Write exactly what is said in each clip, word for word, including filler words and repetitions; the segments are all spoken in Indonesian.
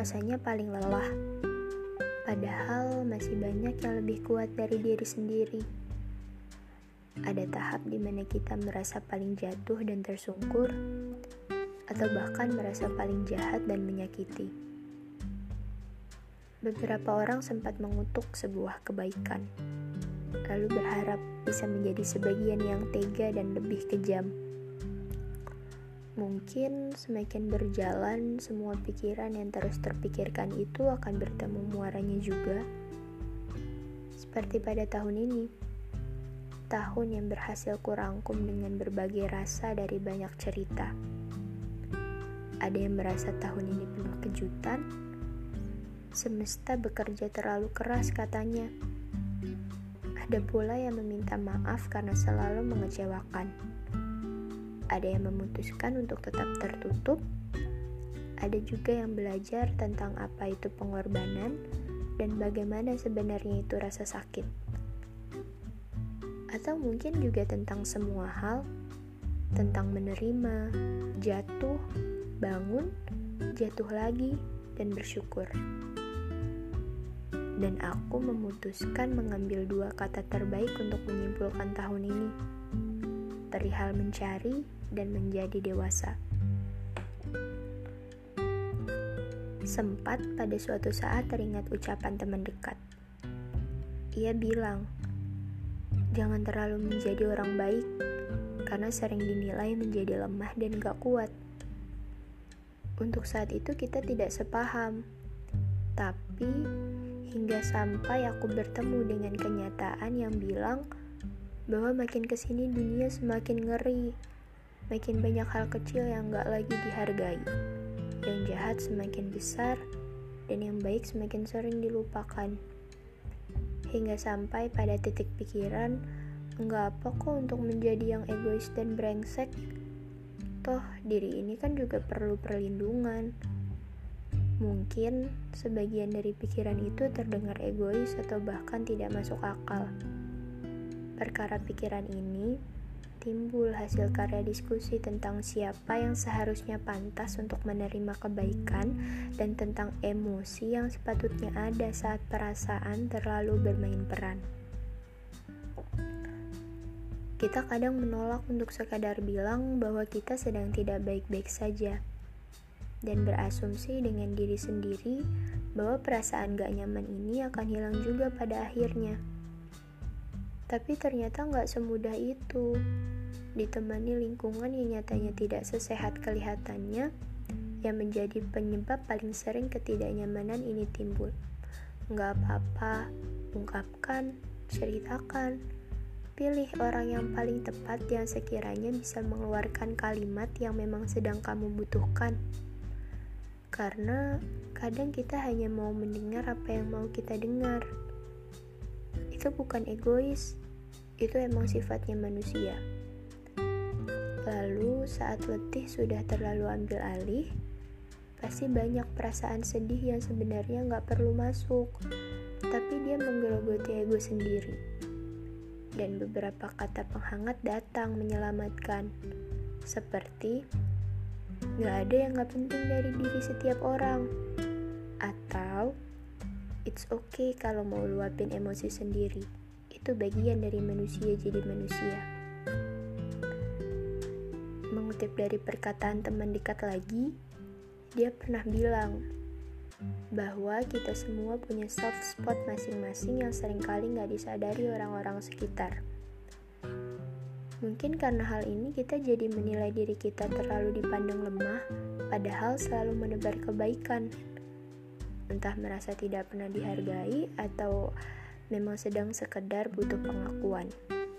rasanya paling lelah. Padahal masih banyak yang lebih kuat dari diri sendiri. Ada tahap di mana kita merasa paling jatuh dan tersungkur, atau bahkan merasa paling jahat dan menyakiti. Beberapa orang sempat mengutuk sebuah kebaikan, lalu berharap bisa menjadi sebagian yang tega dan lebih kejam. Mungkin semakin berjalan, semua pikiran yang terus terpikirkan itu akan bertemu muaranya juga. Seperti pada tahun ini, tahun yang berhasil kurangkum dengan berbagai rasa dari banyak cerita. Ada yang merasa tahun ini penuh kejutan, semesta bekerja terlalu keras katanya. Ada pula yang meminta maaf karena selalu mengecewakan. Ada yang memutuskan untuk tetap tertutup. Ada juga yang belajar tentang apa itu pengorbanan dan bagaimana sebenarnya itu rasa sakit. Atau mungkin juga tentang semua hal, tentang menerima, jatuh, bangun, jatuh lagi, dan bersyukur. Dan aku memutuskan mengambil dua kata terbaik untuk menyimpulkan tahun ini, perihal mencari dan menjadi dewasa. Sempat pada suatu saat teringat ucapan teman dekat. Ia bilang, jangan terlalu menjadi orang baik, karena sering dinilai menjadi lemah dan gak kuat. Untuk saat itu kita tidak sepaham, tapi hingga sampai aku bertemu dengan kenyataan yang bilang bahwa makin kesini dunia semakin ngeri, makin banyak hal kecil yang gak lagi dihargai, yang jahat semakin besar, dan yang baik semakin sering dilupakan. Hingga sampai pada titik pikiran, enggak apa kok untuk menjadi yang egois dan brengsek. Toh diri ini kan juga perlu perlindungan. Mungkin sebagian dari pikiran itu terdengar egois atau bahkan tidak masuk akal. Perkara pikiran ini timbul hasil karya diskusi tentang siapa yang seharusnya pantas untuk menerima kebaikan dan tentang emosi yang sepatutnya ada saat perasaan terlalu bermain peran. Kita kadang menolak untuk sekadar bilang bahwa kita sedang tidak baik-baik saja dan berasumsi dengan diri sendiri bahwa perasaan gak nyaman ini akan hilang juga pada akhirnya. Tapi ternyata gak semudah itu. Ditemani lingkungan yang nyatanya tidak sesehat kelihatannya, yang menjadi penyebab paling sering ketidaknyamanan ini timbul. Gak apa-apa, ungkapkan, ceritakan. Pilih orang yang paling tepat yang sekiranya bisa mengeluarkan kalimat yang memang sedang kamu butuhkan. Karena kadang kita hanya mau mendengar apa yang mau kita dengar. Itu bukan egois, itu emang sifatnya manusia. Lalu saat letih sudah terlalu ambil alih, pasti banyak perasaan sedih yang sebenarnya gak perlu masuk, tapi dia menggerogoti ego sendiri. Dan beberapa kata penghangat datang menyelamatkan, seperti gak ada yang gak penting dari diri setiap orang, atau it's okay kalau mau luapin emosi sendiri. Itu bagian dari manusia jadi manusia. Mengutip dari perkataan teman dekat lagi, dia pernah bilang bahwa kita semua punya soft spot masing-masing yang seringkali gak disadari orang-orang sekitar. Mungkin karena hal ini kita jadi menilai diri kita terlalu dipandang lemah, padahal selalu menebar kebaikan. Entah merasa tidak pernah dihargai atau memang sedang sekedar butuh pengakuan.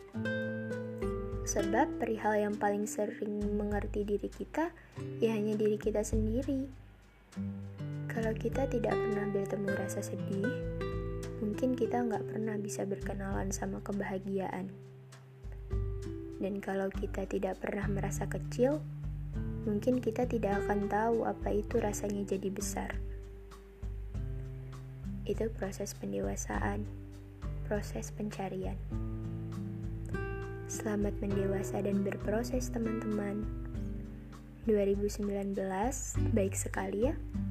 Sebab perihal yang paling sering mengerti diri kita, ya hanya diri kita sendiri. Kalau kita tidak pernah bertemu rasa sedih, mungkin kita nggak pernah bisa berkenalan sama kebahagiaan. Dan kalau kita tidak pernah merasa kecil, mungkin kita tidak akan tahu apa itu rasanya jadi besar. Itu proses pendewasaan, proses pencarian. Selamat mendewasa dan berproses teman-teman. dua ribu sembilan belas baik sekali ya.